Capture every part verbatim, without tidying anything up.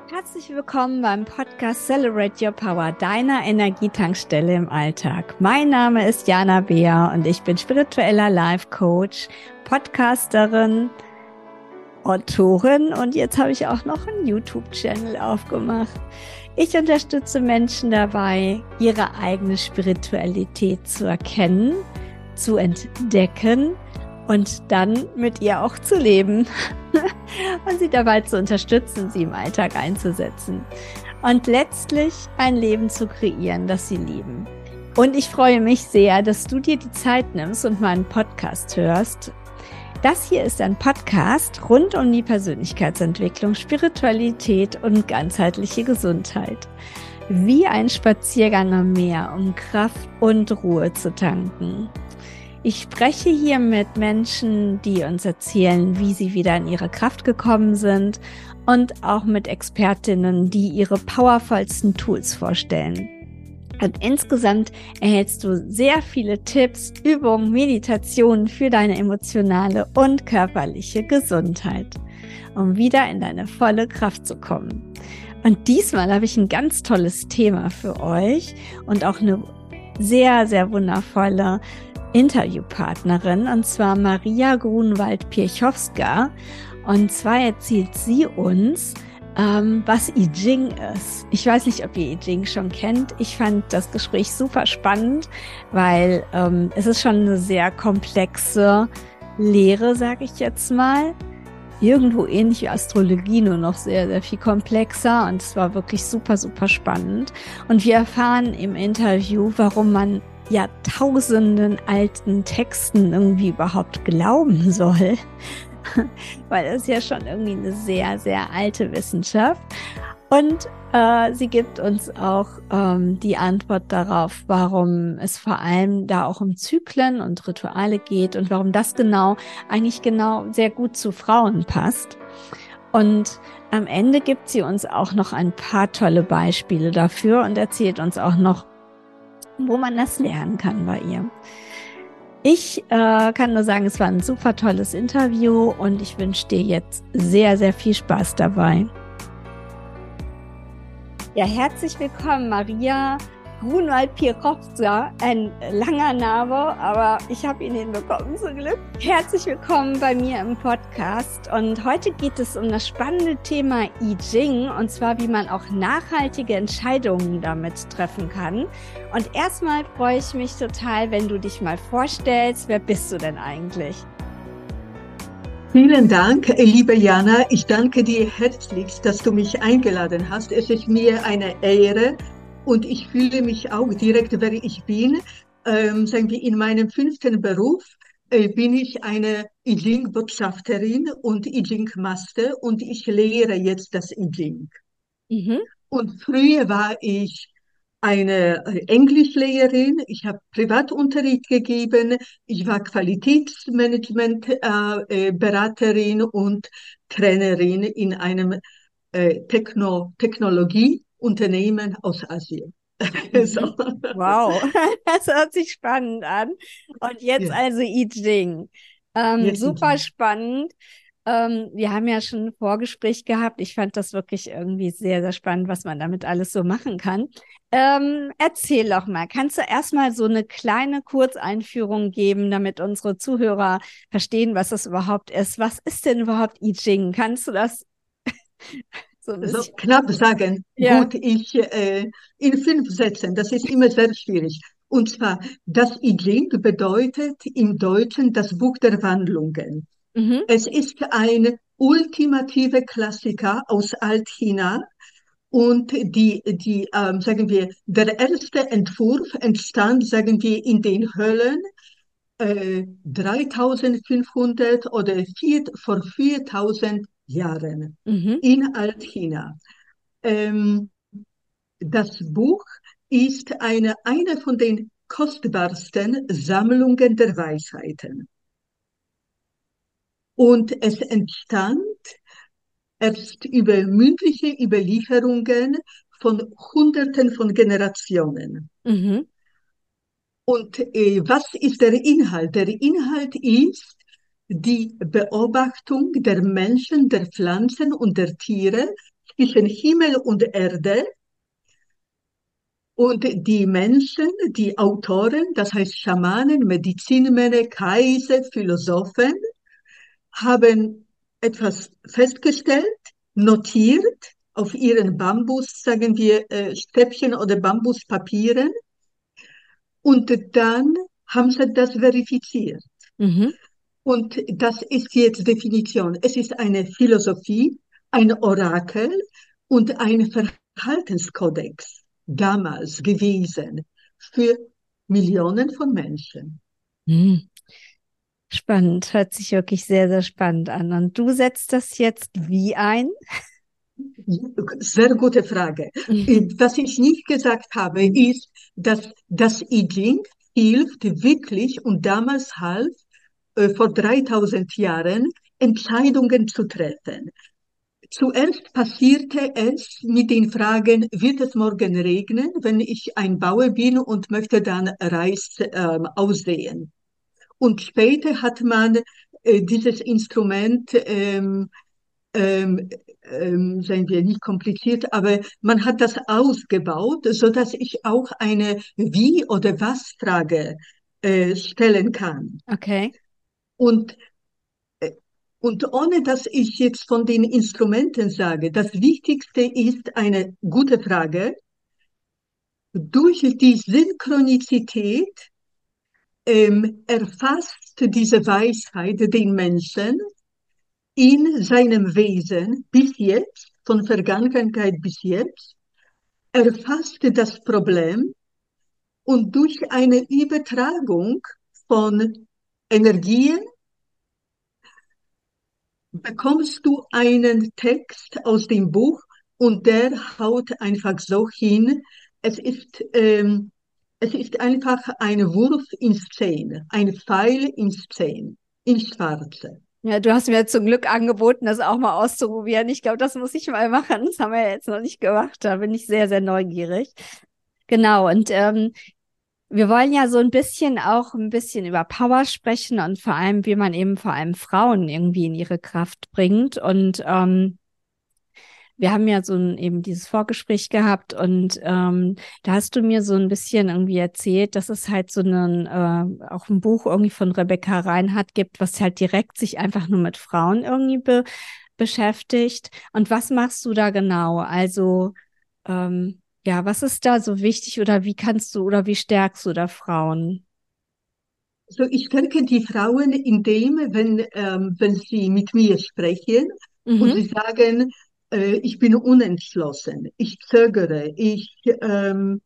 Herzlich willkommen beim Podcast Celebrate Your Power, deiner Energietankstelle im Alltag. Mein Name ist Jana Beer und ich bin spiritueller Life Coach, Podcasterin, Autorin und jetzt habe ich auch noch einen YouTube-Channel aufgemacht. Ich unterstütze Menschen dabei, ihre eigene Spiritualität zu erkennen, zu entdecken und dann mit ihr auch zu leben und sie dabei zu unterstützen, sie im Alltag einzusetzen und letztlich ein Leben zu kreieren, das sie lieben. Und ich freue mich sehr, dass du dir die Zeit nimmst und meinen Podcast hörst. Das hier ist ein Podcast rund um die Persönlichkeitsentwicklung, Spiritualität und ganzheitliche Gesundheit. Wie ein Spaziergang am Meer, um Kraft und Ruhe zu tanken. Ich spreche hier mit Menschen, die uns erzählen, wie sie wieder in ihre Kraft gekommen sind und auch mit Expertinnen, die ihre powervollsten Tools vorstellen. Und insgesamt erhältst du sehr viele Tipps, Übungen, Meditationen für deine emotionale und körperliche Gesundheit, um wieder in deine volle Kraft zu kommen. Und diesmal habe ich ein ganz tolles Thema für euch und auch eine sehr, sehr wundervolle Interviewpartnerin, und zwar Maria Grunwald-Piechowska. Und zwar erzählt sie uns, ähm, was I Ching ist. Ich weiß nicht, ob ihr I Ching schon kennt. Ich fand das Gespräch super spannend, weil ähm, es ist schon eine sehr komplexe Lehre, sage ich jetzt mal. Irgendwo ähnlich wie Astrologie, nur noch sehr, sehr viel komplexer. Und es war wirklich super, super spannend. Und wir erfahren im Interview, warum man Jahrtausenden alten Texten irgendwie überhaupt glauben soll, weil es ja schon irgendwie eine sehr, sehr alte Wissenschaft. Und äh, sie gibt uns auch ähm, die Antwort darauf, warum es vor allem da auch um Zyklen und Rituale geht und warum das genau, eigentlich genau sehr gut zu Frauen passt. Und am Ende gibt sie uns auch noch ein paar tolle Beispiele dafür und erzählt uns auch noch, wo man das lernen kann bei ihr. Ich äh, kann nur sagen, es war ein super tolles Interview und ich wünsche dir jetzt sehr, sehr viel Spaß dabei. Ja, herzlich willkommen, Maria Grunwald-Piechowska. Ein langer Name, aber ich habe ihn hinbekommen zum Glück. Herzlich willkommen bei mir im Podcast. Und heute geht es um das spannende Thema I Ching, und zwar, wie man auch nachhaltige Entscheidungen damit treffen kann. Und erstmal freue ich mich total, wenn du dich mal vorstellst. Wer bist du denn eigentlich? Vielen Dank, liebe Jana. Ich danke dir herzlichst, dass du mich eingeladen hast. Es ist mir eine Ehre und ich fühle mich auch direkt, wer ich bin. Ähm, sagen wir, in meinem fünften Beruf äh, bin ich eine I Ching-Botschafterin und I Ching-Master und ich lehre jetzt das I Ching. Mhm. Und früher war ich eine äh, Englischlehrerin, ich habe Privatunterricht gegeben, ich war Qualitätsmanagement-Beraterin äh, und Trainerin in einem äh, Techno Technologieunternehmen aus Asien. Mhm. So. Wow, das hört sich spannend an. Und jetzt Ja, also I Ching. Ähm, jetzt sind super wir. spannend. Ähm, wir haben ja schon ein Vorgespräch gehabt. Ich fand das wirklich irgendwie sehr, sehr spannend, was man damit alles so machen kann. Ähm, erzähl doch mal, kannst du erstmal so eine kleine Kurzeinführung geben, damit unsere Zuhörer verstehen, was das überhaupt ist? Was ist denn überhaupt I Ching? Kannst du das so ein So bisschen? knapp sagen, Ja. gut, ich äh, in fünf Sätzen, das ist immer sehr schwierig. Und zwar, das I Ching bedeutet im Deutschen das Buch der Wandlungen. Mhm. Es ist ein ultimative Klassiker aus Altchina und die, die ähm, sagen wir, der erste Entwurf entstand, sagen wir, in den Höhlen äh, dreitausendfünfhundert oder vier, vor viertausend Jahren Mhm. in Altchina. Ähm, Das Buch ist eine, eine von den kostbarsten Sammlungen der Weisheiten. Und es entstand erst über mündliche Überlieferungen von Hunderten von Generationen. Mhm. Und äh, was ist der Inhalt? Der Inhalt ist die Beobachtung der Menschen, der Pflanzen und der Tiere zwischen Himmel und Erde. Und die Menschen, die Autoren, das heißt Schamanen, Medizinmänner, Kaiser, Philosophen, haben etwas festgestellt, notiert auf ihren Bambus, sagen wir, äh, Stäbchen oder Bambuspapieren. Und dann haben sie das verifiziert. Mhm. Und das ist jetzt Definition. Es ist eine Philosophie, ein Orakel und ein Verhaltenskodex damals gewesen für Millionen von Menschen. Hm. Spannend, hört sich wirklich sehr, sehr spannend an. Und du setzt das jetzt wie ein? Sehr gute Frage. Was ich nicht gesagt habe, ist, dass das I Ching hilft wirklich und damals half, äh, vor dreitausend Jahren Entscheidungen zu treffen. Zuerst passierte es mit den Fragen, wird es morgen regnen, wenn ich ein Bauer bin und möchte dann Reis ähm, aussehen. Und später hat man äh, dieses Instrument, ähm, ähm, ähm, sagen wir nicht kompliziert, aber man hat das ausgebaut, so dass ich auch eine Wie- oder Was-Frage äh, stellen kann. Okay. Und äh, Und ohne dass ich jetzt von den Instrumenten sage, das Wichtigste ist eine gute Frage. Durch die Synchronizität ähm, erfasst diese Weisheit den Menschen in seinem Wesen bis jetzt, von Vergangenheit bis jetzt, erfasst das Problem und durch eine Übertragung von Energien bekommst du einen Text aus dem Buch und der haut einfach so hin. Es ist, ähm, es ist einfach ein Wurf ins Zehn, ein Pfeil ins Zehn, ins Schwarze. Ja, du hast mir zum Glück angeboten, das auch mal auszuprobieren. Ich glaube, das muss ich mal machen. Das haben wir ja jetzt noch nicht gemacht. Da bin ich sehr, sehr neugierig. Genau. Und ähm, wir wollen ja so ein bisschen auch ein bisschen über Power sprechen und vor allem, wie man eben vor allem Frauen irgendwie in ihre Kraft bringt. Und ähm, wir haben ja so ein, eben dieses Vorgespräch gehabt und ähm, da hast du mir so ein bisschen irgendwie erzählt, dass es halt so einen, äh, auch ein Buch irgendwie von Rebecca Reinhardt gibt, was halt direkt sich einfach nur mit Frauen irgendwie be beschäftigt. Und was machst du da genau? Also, ähm, ja, was ist da so wichtig oder wie kannst du oder wie stärkst du da Frauen? So, ich stärke die Frauen in dem, wenn, ähm, wenn sie mit mir sprechen und Mhm, sie sagen, äh, ich bin unentschlossen, ich zögere, ich, ähm,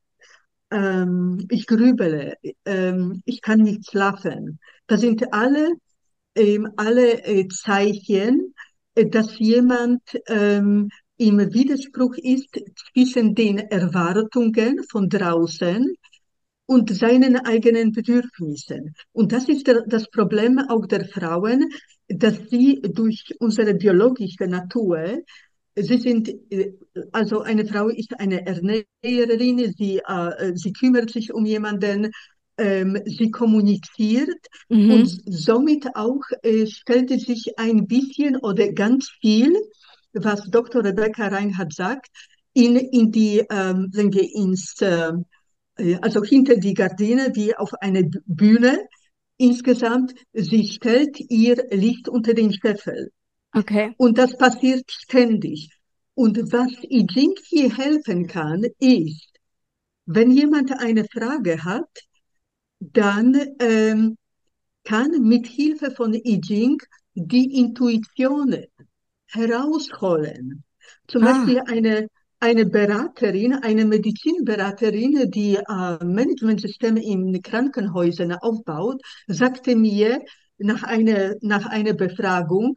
ähm, ich grübele, ähm, ich kann nicht schlafen. Das sind alle, ähm, alle äh, Zeichen, äh, dass jemand ähm, im Widerspruch ist zwischen den Erwartungen von draußen und seinen eigenen Bedürfnissen. Und das ist der, das Problem auch der Frauen, dass sie durch unsere biologische Natur, sie sind, äh, also eine Frau ist eine Ernährerin, sie, äh, sie kümmert sich um jemanden, ähm, sie kommuniziert und mhm, somit auch äh, stellt sie sich ein bisschen oder ganz viel, was Doktor Rebecca Reinhardt sagt, in, in die, ähm, sagen wir, ins, äh, äh, also hinter die Gardine wie auf eine Bühne. Insgesamt, sie stellt ihr Licht unter den Scheffel. okay. Und das passiert ständig. Und was I Ching hier helfen kann, ist, wenn jemand eine Frage hat, dann ähm, kann mit Hilfe von I Ching die Intuition herausholen. Zum Beispiel Ah, eine, eine Beraterin, eine Medizinberaterin, die äh, Managementsysteme in Krankenhäusern aufbaut, sagte mir nach einer, nach einer Befragung,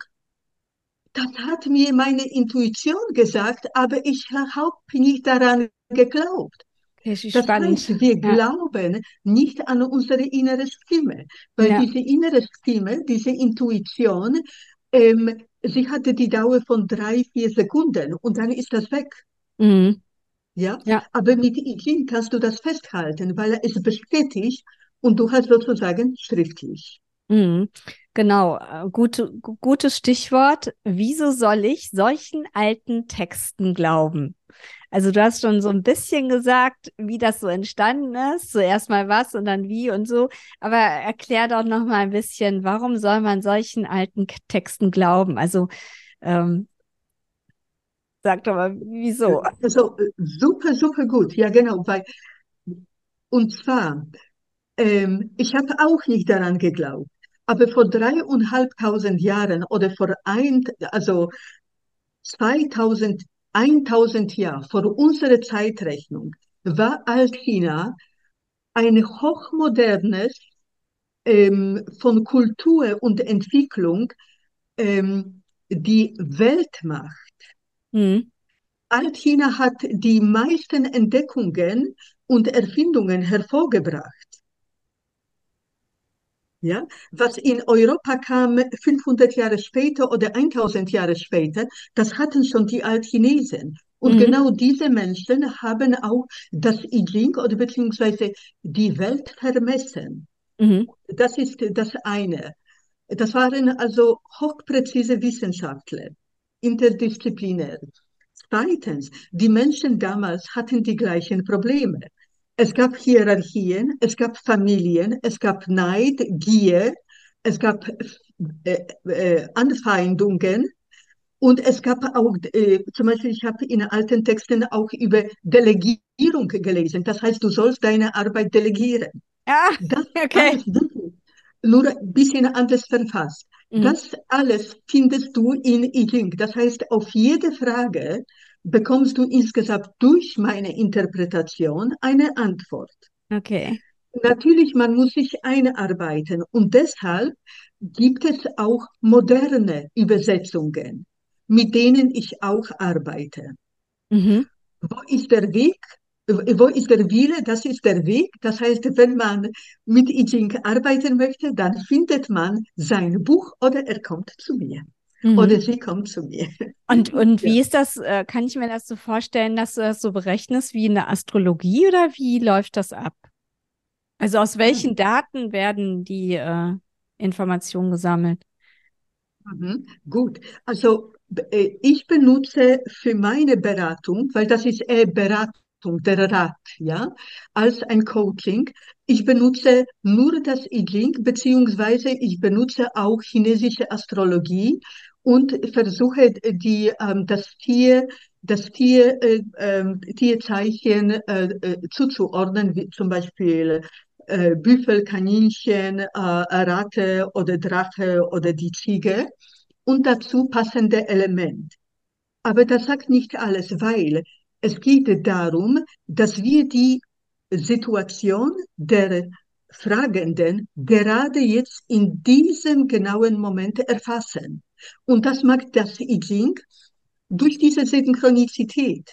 das hat mir meine Intuition gesagt, aber ich habe nicht daran geglaubt. okay, ist Das spannend. heißt, wir Ja, glauben nicht an unsere innere Stimme, weil ja. diese innere Stimme, diese Intuition, ähm, sie hatte die Dauer von drei, vier Sekunden und dann ist das weg. Mhm. Ja? Ja. Aber mit I Ching kannst du das festhalten, weil es bestätigt und du hast sozusagen schriftlich. Mhm. Genau, äh, gute, gu- gutes Stichwort. Wieso soll ich solchen alten Texten glauben? Also du hast schon so ein bisschen gesagt, wie das so entstanden ist. Zuerst mal was und dann wie und so. Aber erklär doch noch mal ein bisschen, warum soll man solchen alten K- Texten glauben? Also ähm, sag doch mal, wieso? Also äh, super, super gut. Ja, genau. Weil, und zwar, ähm, ich habe auch nicht daran geglaubt. Aber vor dreieinhalbtausend Jahren oder vor ein, also zweitausend, tausend Jahren vor unserer Zeitrechnung war Altchina ein hochmodernes, ähm, von Kultur und Entwicklung, ähm, die Weltmacht. Hm, Altchina hat die meisten Entdeckungen und Erfindungen hervorgebracht. Ja, was in Europa kam fünfhundert Jahre später oder tausend Jahre später, das hatten schon die Altchinesen. Und mhm, genau diese Menschen haben auch das I Ching oder beziehungsweise die Welt vermessen. mhm, Das ist das eine. Das waren also hochpräzise Wissenschaftler, interdisziplinär. Zweitens, die Menschen damals hatten die gleichen Probleme. Es gab Hierarchien, es gab Familien, es gab Neid, Gier, es gab äh, äh, Anfeindungen und es gab auch, äh, zum Beispiel, ich habe in alten Texten auch über Delegierung gelesen. Das heißt, du sollst deine Arbeit delegieren. ah, Das okay. alles wirklich nur ein bisschen anders verfasst. Mhm, Das alles findest du in I Ching. Das heißt, auf jede Frage bekommst du insgesamt durch meine Interpretation eine Antwort. okay. Natürlich, man muss sich einarbeiten und deshalb gibt es auch moderne Übersetzungen, mit denen ich auch arbeite. Mhm, Wo ist der Weg? Wo ist der Wille? Das ist der Weg. Das heißt, wenn man mit I Ching arbeiten möchte, dann findet man sein Buch oder er kommt zu mir. mhm. Oder sie kommt zu mir. Und, und Ja. wie ist das, äh, kann ich mir das so vorstellen, dass du das so berechnest wie in der Astrologie oder wie läuft das ab? Also aus welchen Daten werden die äh, Informationen gesammelt? Mhm, gut, also äh, ich benutze für meine Beratung, weil das ist eher Beratung, der Rat, ja, als ein Coaching. Ich benutze nur das I Ching, beziehungsweise ich benutze auch chinesische Astrologie und versuche die, ähm, das Tier, das Tier, äh, ähm, Tierzeichen äh, äh, zuzuordnen, wie zum Beispiel äh, Büffel, Kaninchen, äh, Ratte oder Drache oder die Ziege und dazu passende Element. Aber das sagt nicht alles, weil es geht darum, dass wir die Situation der Fragenden gerade jetzt in diesem genauen Moment erfassen. Und das macht das I Ching durch diese Synchronizität.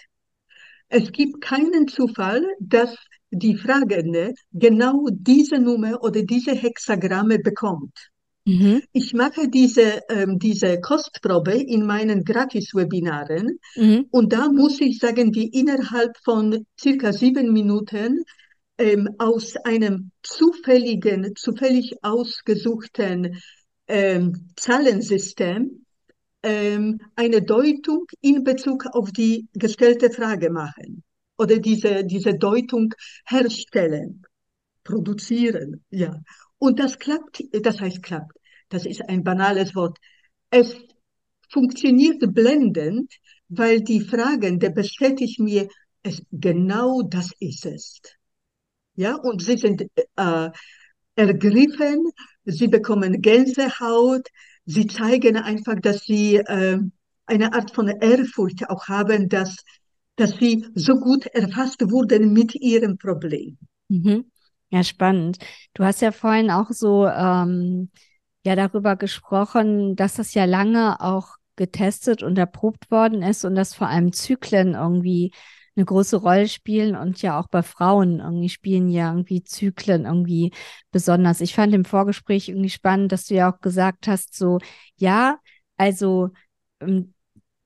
Es gibt keinen Zufall, dass die Fragende genau diese Nummer oder diese Hexagramme bekommt. Mhm, Ich mache diese, ähm, diese Kostprobe in meinen Gratis-Webinaren mhm, und da muss ich sagen, wie innerhalb von circa sieben Minuten ähm, aus einem zufälligen, zufällig ausgesuchten ähm, Zahlensystem ähm, eine Deutung in Bezug auf die gestellte Frage machen oder diese, diese Deutung herstellen, produzieren, ja. Und das klappt, das heißt klappt, das ist ein banales Wort. Es funktioniert blendend, weil die Fragen, der bestätigt mir, es, genau das ist es. Ja, und sie sind äh, ergriffen, sie bekommen Gänsehaut, sie zeigen einfach, dass sie äh, eine Art von Ehrfurcht auch haben, dass, dass sie so gut erfasst wurden mit ihrem Problem. mhm. Ja, spannend. Du hast ja vorhin auch so ähm, ja darüber gesprochen, dass das ja lange auch getestet und erprobt worden ist und dass vor allem Zyklen irgendwie eine große Rolle spielen und ja auch bei Frauen irgendwie spielen ja irgendwie Zyklen irgendwie besonders. Ich fand im Vorgespräch irgendwie spannend, dass du ja auch gesagt hast, so ja, also ähm,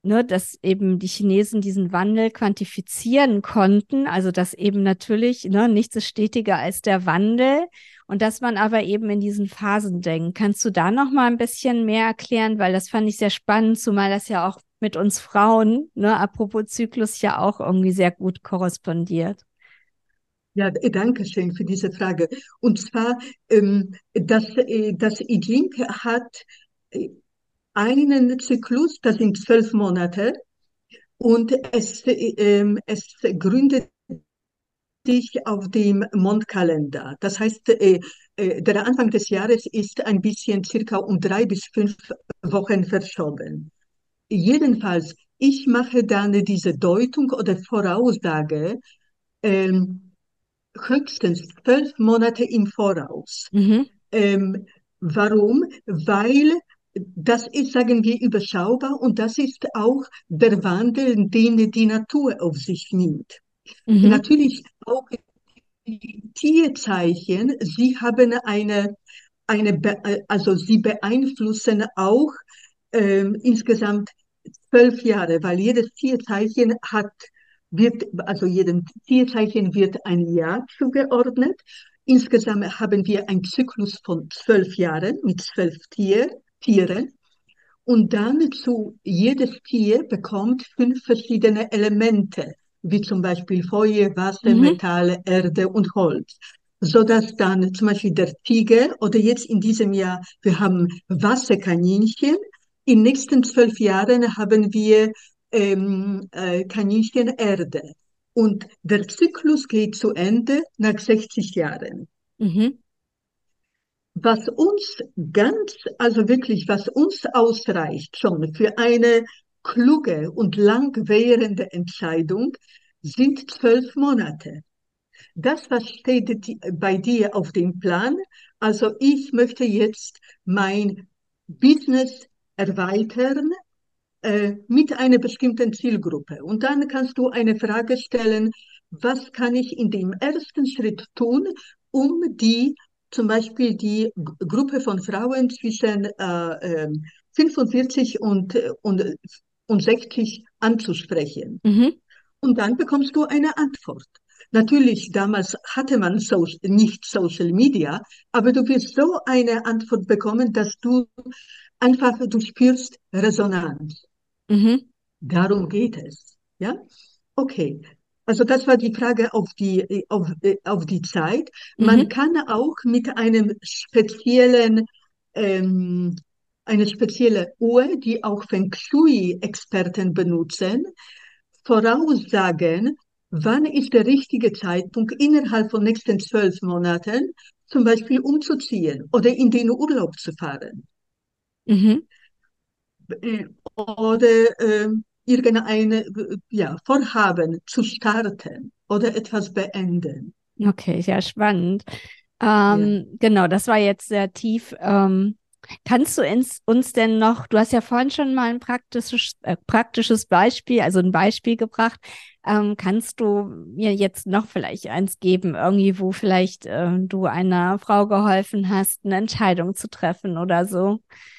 ne, dass eben die Chinesen diesen Wandel quantifizieren konnten, also dass eben natürlich, ne, nichts ist stetiger als der Wandel und dass man aber eben in diesen Phasen denkt. Kannst du da noch mal ein bisschen mehr erklären, weil das fand ich sehr spannend, zumal das ja auch mit uns Frauen, ne, apropos Zyklus, ja auch irgendwie sehr gut korrespondiert. Ja, äh, danke schön für diese Frage. Und zwar, ähm, das, äh, das I Ching hat äh, einen Zyklus, das sind zwölf Monate, und es, äh, ähm, es gründet sich auf dem Mondkalender. Das heißt, äh, äh, der Anfang des Jahres ist ein bisschen circa um drei bis fünf Wochen verschoben. Jedenfalls, ich mache dann diese Deutung oder Voraussage ähm, höchstens zwölf Monate im Voraus. Mhm, Ähm, Warum? Weil das ist, sagen wir, überschaubar und das ist auch der Wandel, den die Natur auf sich nimmt. mhm, Natürlich auch die Tierzeichen, sie haben eine, eine Be also sie beeinflussen auch ähm, insgesamt zwölf Jahre, weil jedes Tierzeichen hat, wird, also jedem Tierzeichen wird ein Jahr zugeordnet. Insgesamt haben wir einen Zyklus von zwölf Jahren mit zwölf Tier, Tieren. Und dann zu jedes Tier bekommt fünf verschiedene Elemente, wie zum Beispiel Feuer, Wasser, mhm, Metall, Erde und Holz. Sodass dann zum Beispiel der Tiger oder jetzt in diesem Jahr, wir haben Wasserkaninchen. In den nächsten zwölf Jahren haben wir ähm, äh, Kaninchen Erde. Und der Zyklus geht zu Ende nach sechzig Jahren. mhm, Was uns ganz, also wirklich, was uns ausreicht schon für eine kluge und langwährende Entscheidung, sind zwölf Monate. Das, was steht di- bei dir auf dem Plan, also ich möchte jetzt mein Business erweitern äh, mit einer bestimmten Zielgruppe. Und dann kannst du eine Frage stellen, was kann ich in dem ersten Schritt tun, um die, zum Beispiel die G- Gruppe von Frauen zwischen äh, äh, fünfundvierzig und, und, und sechzig anzusprechen. mhm. Und dann bekommst du eine Antwort. Natürlich, damals hatte man so, nicht Social Media, aber du wirst so eine Antwort bekommen, dass du einfach, du spürst Resonanz. Mhm, Darum geht es. Ja? Okay. Also das war die Frage auf die, auf, äh, auf die Zeit. Man mhm, kann auch mit einem speziellen, ähm, eine spezielle Uhr, die auch Feng Shui-Experten benutzen, voraussagen, wann ist der richtige Zeitpunkt innerhalb von nächsten zwölf Monaten, zum Beispiel umzuziehen oder in den Urlaub zu fahren. mhm. äh, oder äh, irgendein äh, ja, Vorhaben zu starten oder etwas beenden. Okay, ja, spannend. Ja. Ähm, genau, das war jetzt sehr tief. Ähm, kannst du ins, uns denn noch, du hast ja vorhin schon mal ein praktisches, äh, praktisches Beispiel, also ein Beispiel gebracht. Ähm, kannst du mir jetzt noch vielleicht eins geben, irgendwie, wo vielleicht äh, du einer Frau geholfen hast, eine Entscheidung zu treffen oder so?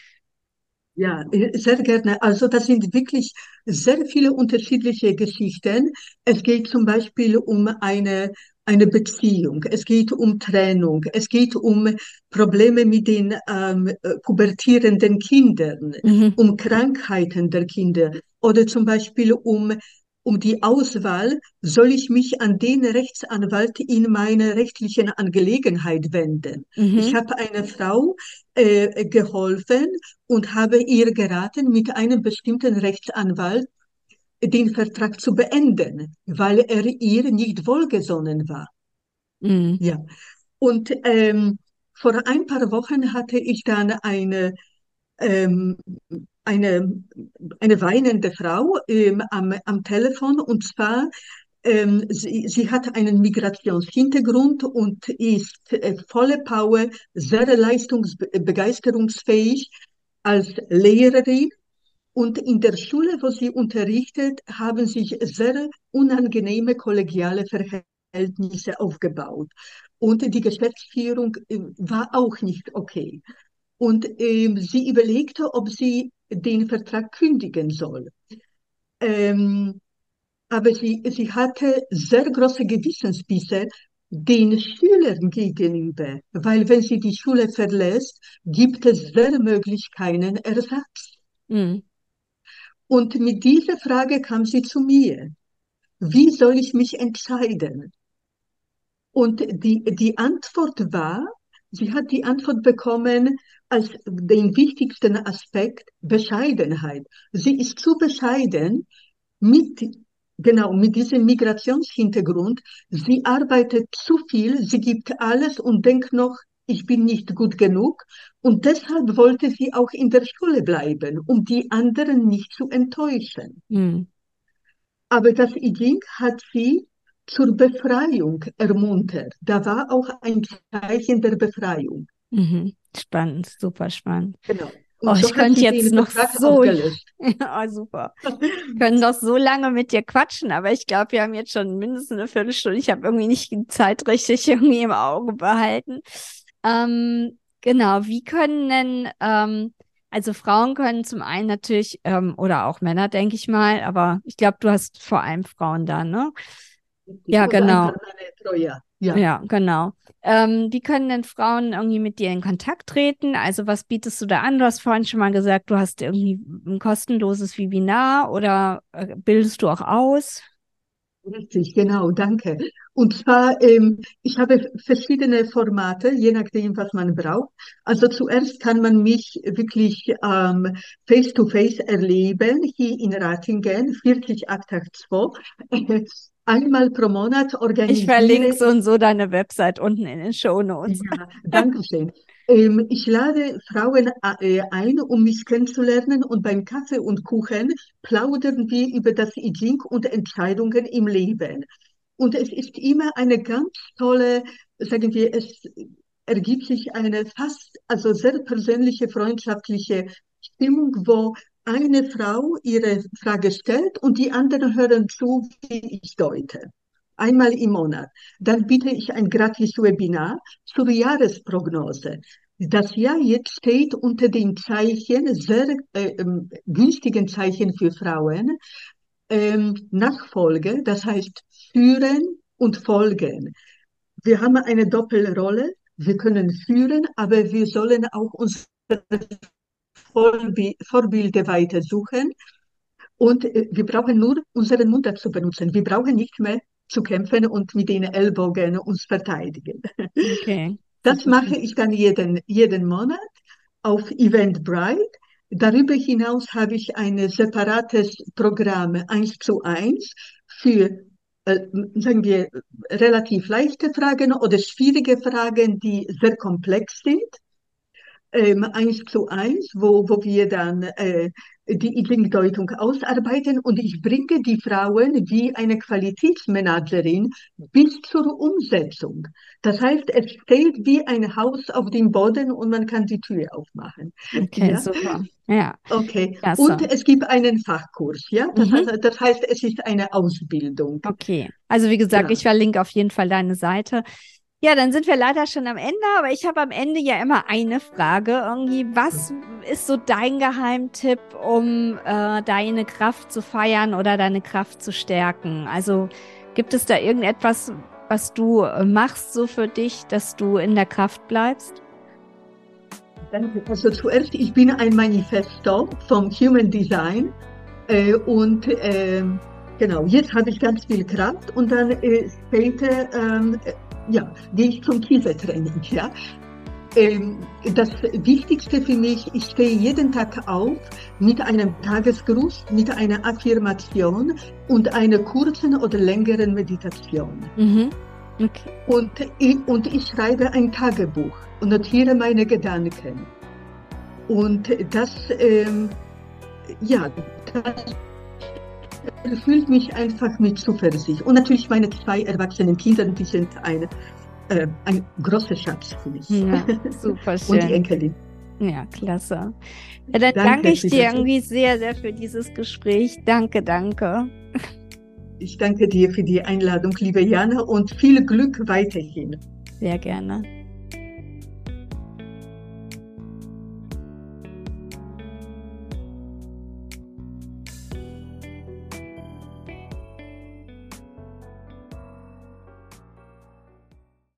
Ja, äh, sehr gerne. Also das sind wirklich sehr viele unterschiedliche Geschichten. Es geht zum Beispiel um eine, eine Beziehung, es geht um Trennung, es geht um Probleme mit den ähm, äh, pubertierenden Kindern, Mhm, um Krankheiten der Kinder oder zum Beispiel um, um die Auswahl, soll ich mich an den Rechtsanwalt in meiner rechtlichen Angelegenheit wenden. Ich mhm, habe einer Frau äh, geholfen und habe ihr geraten, mit einem bestimmten Rechtsanwalt den Vertrag zu beenden, weil er ihr nicht wohlgesonnen war. mhm, Ja. Und ähm, vor ein paar Wochen hatte ich dann eine, ähm, eine, eine weinende Frau ähm, am, am Telefon und zwar ähm, sie, sie hat einen Migrationshintergrund und ist äh, volle Power, sehr leistungsbegeisterungsfähig als Lehrerin. Und in der Schule, wo sie unterrichtet, haben sich sehr unangenehme kollegiale Verhältnisse aufgebaut. Und die Geschäftsführung äh, war auch nicht okay. Und ähm, sie überlegte, ob sie den Vertrag kündigen soll. Ähm, aber sie, sie hatte sehr große Gewissensbisse den Schülern gegenüber, weil wenn sie die Schule verlässt, gibt es sehr möglich keinen Ersatz. Mhm. Und mit dieser Frage kam sie zu mir. Wie soll ich mich entscheiden? Und die, die Antwort war, sie hat die Antwort bekommen als den wichtigsten Aspekt Bescheidenheit. Sie ist zu bescheiden mit, genau, mit diesem Migrationshintergrund. Sie arbeitet zu viel, sie gibt alles und denkt noch, ich bin nicht gut genug. Und deshalb wollte sie auch in der Schule bleiben, um die anderen nicht zu enttäuschen. Mhm. Aber das I Ching hat sie zur Befreiung ermuntert. Da war auch ein Zeichen der Befreiung. Mhm. Spannend, super spannend. Genau. Oh, Und ich so hat könnte sie jetzt den noch Vertrag so, aufgelöst. ja, super. Wir können doch so lange mit dir quatschen, aber ich glaube, wir haben jetzt schon mindestens eine Viertelstunde. Ich habe irgendwie nicht die Zeit richtig irgendwie im Auge behalten. Ähm, genau, wie können denn, ähm, also Frauen können zum einen natürlich, ähm, oder auch Männer, denke ich mal, aber ich glaube, du hast vor allem Frauen da, ne? Ja, Und ein paar genau. Männer Troja. Ja. Ja, genau. Ähm, wie können denn Frauen irgendwie mit dir in Kontakt treten? Also was bietest du da an? Du hast vorhin schon mal gesagt, du hast irgendwie ein kostenloses Webinar oder äh, bildest du auch aus? Richtig, genau, danke. Und zwar, ähm, ich habe verschiedene Formate, je nachdem, was man braucht. Also zuerst kann man mich wirklich ähm, face-to-face erleben, hier in Ratingen, vierzig achthundertzwei. Einmal pro Monat Ich organisiere verlinke so ich. und so deine Website unten in den Shownotes. Ja, danke schön. Ähm, ich lade Frauen äh, ein, um mich kennenzulernen, und beim Kaffee und Kuchen plaudern wir über das I Ching und Entscheidungen im Leben. Und es ist immer eine ganz tolle, sagen wir, es ergibt sich eine fast, also sehr persönliche, freundschaftliche Stimmung, wo eine Frau ihre Frage stellt und die anderen hören zu, wie ich deute. Einmal im Monat. Dann biete ich ein gratis Webinar zur Jahresprognose. Das Jahr jetzt steht unter dem Zeichen, sehr äh, ähm, günstigen Zeichen für Frauen, ähm, Nachfolge, das heißt führen und folgen. Wir haben eine Doppelrolle. Wir können führen, aber wir sollen auch unsere Vorbi- Vorbilder weitersuchen. Und äh, wir brauchen nur unseren Mund dazu benutzen. Wir brauchen nicht mehr zu kämpfen und mit den Ellbogen uns verteidigen. Okay, Das super mache schön. ich dann jeden, jeden Monat auf Eventbrite. Darüber hinaus habe ich ein separates Programm eins zu eins für, äh, sagen wir, relativ leichte Fragen oder schwierige Fragen, die sehr komplex sind. Ähm, eins zu eins, wo, wo wir dann äh, die Ideendeutung ausarbeiten, und ich bringe die Frauen wie eine Qualitätsmanagerin bis zur Umsetzung. Das heißt, es steht wie ein Haus auf dem Boden und man kann die Tür aufmachen. Okay, Ja, super. Ja, okay. Und klasse. es gibt einen Fachkurs, ja, das Mhm. heißt, das heißt, es ist eine Ausbildung. Okay. Also wie gesagt, ich Genau. verlinke auf jeden Fall deine Seite. Ja, dann sind wir leider schon am Ende, aber ich habe am Ende ja immer eine Frage irgendwie. Was ist so dein Geheimtipp, um äh, deine Kraft zu feiern oder deine Kraft zu stärken? Also gibt es da irgendetwas, was du äh, machst so für dich, dass du in der Kraft bleibst? Danke. Also zuerst, ich bin ein Manifesto vom Human Design. Äh, und ähm, genau, jetzt habe ich ganz viel Kraft, und dann äh, später ähm, äh, ja, gehe ich zum Kieseltraining. Ja. Ähm, das Wichtigste für mich, ich stehe jeden Tag auf mit einem Tagesgruß, mit einer Affirmation und einer kurzen oder längeren Meditation. Mhm. Okay. Und ich, und ich schreibe ein Tagebuch und notiere meine Gedanken. Und das, ähm, ja, das erfüllt mich einfach mit Zuversicht. Und natürlich meine zwei erwachsenen Kinder, die sind ein, äh, ein großer Schatz für mich. Ja, super Und die schön. Enkelin. Ja, klasse. Ja, dann danke Danke ich für dir das. irgendwie sehr, sehr für dieses Gespräch. Danke, danke. Ich danke dir für die Einladung, liebe Jana, und viel Glück weiterhin. Sehr gerne.